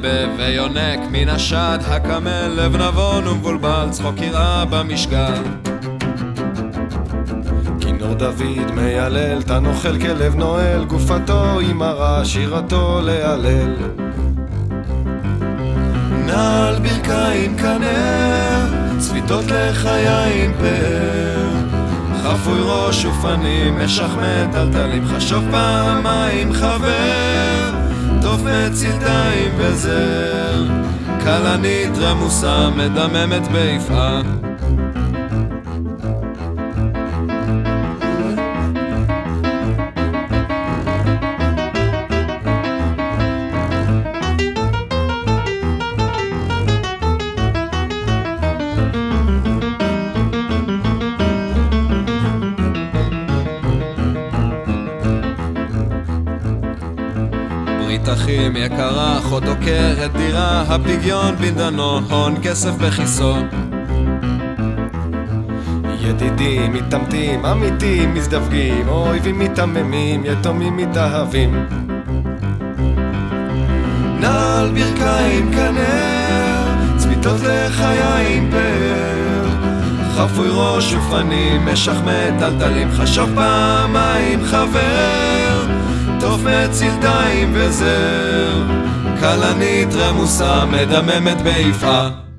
מרבב ויונק מן השד הקמל, לב נבון ומבולבל, צחוק יראה במשגל. כינור דוד מיילל, תן אוכל כלב נועל, גופתו היא מרה, שירתו להלל. נעל ברכיים כנר, צביתות לחיים פאר, חפוי ראש ופנים, משחמט טלטלים, חשוב פעמיים חבר, טוב מצילתיים וזר, כלנית רמוסה מדממת ביפעה. ברית אחים יקרה, אחות עוקרת דירה, הפגיון בדנו, הון כסף בכיסו. ידידים מתעמתים, אמיתים מזדווגים, אויבים מתעממים, יתומים מתאהבים. נעל ברכיים כנר, צביתות לחיים פאר, חפוי ראש ופנים, משחמט טלטלים, חשוב פעמיים חבר, טוב מצילתיים וזר, כלנית רמוסה מדממת ביפעה.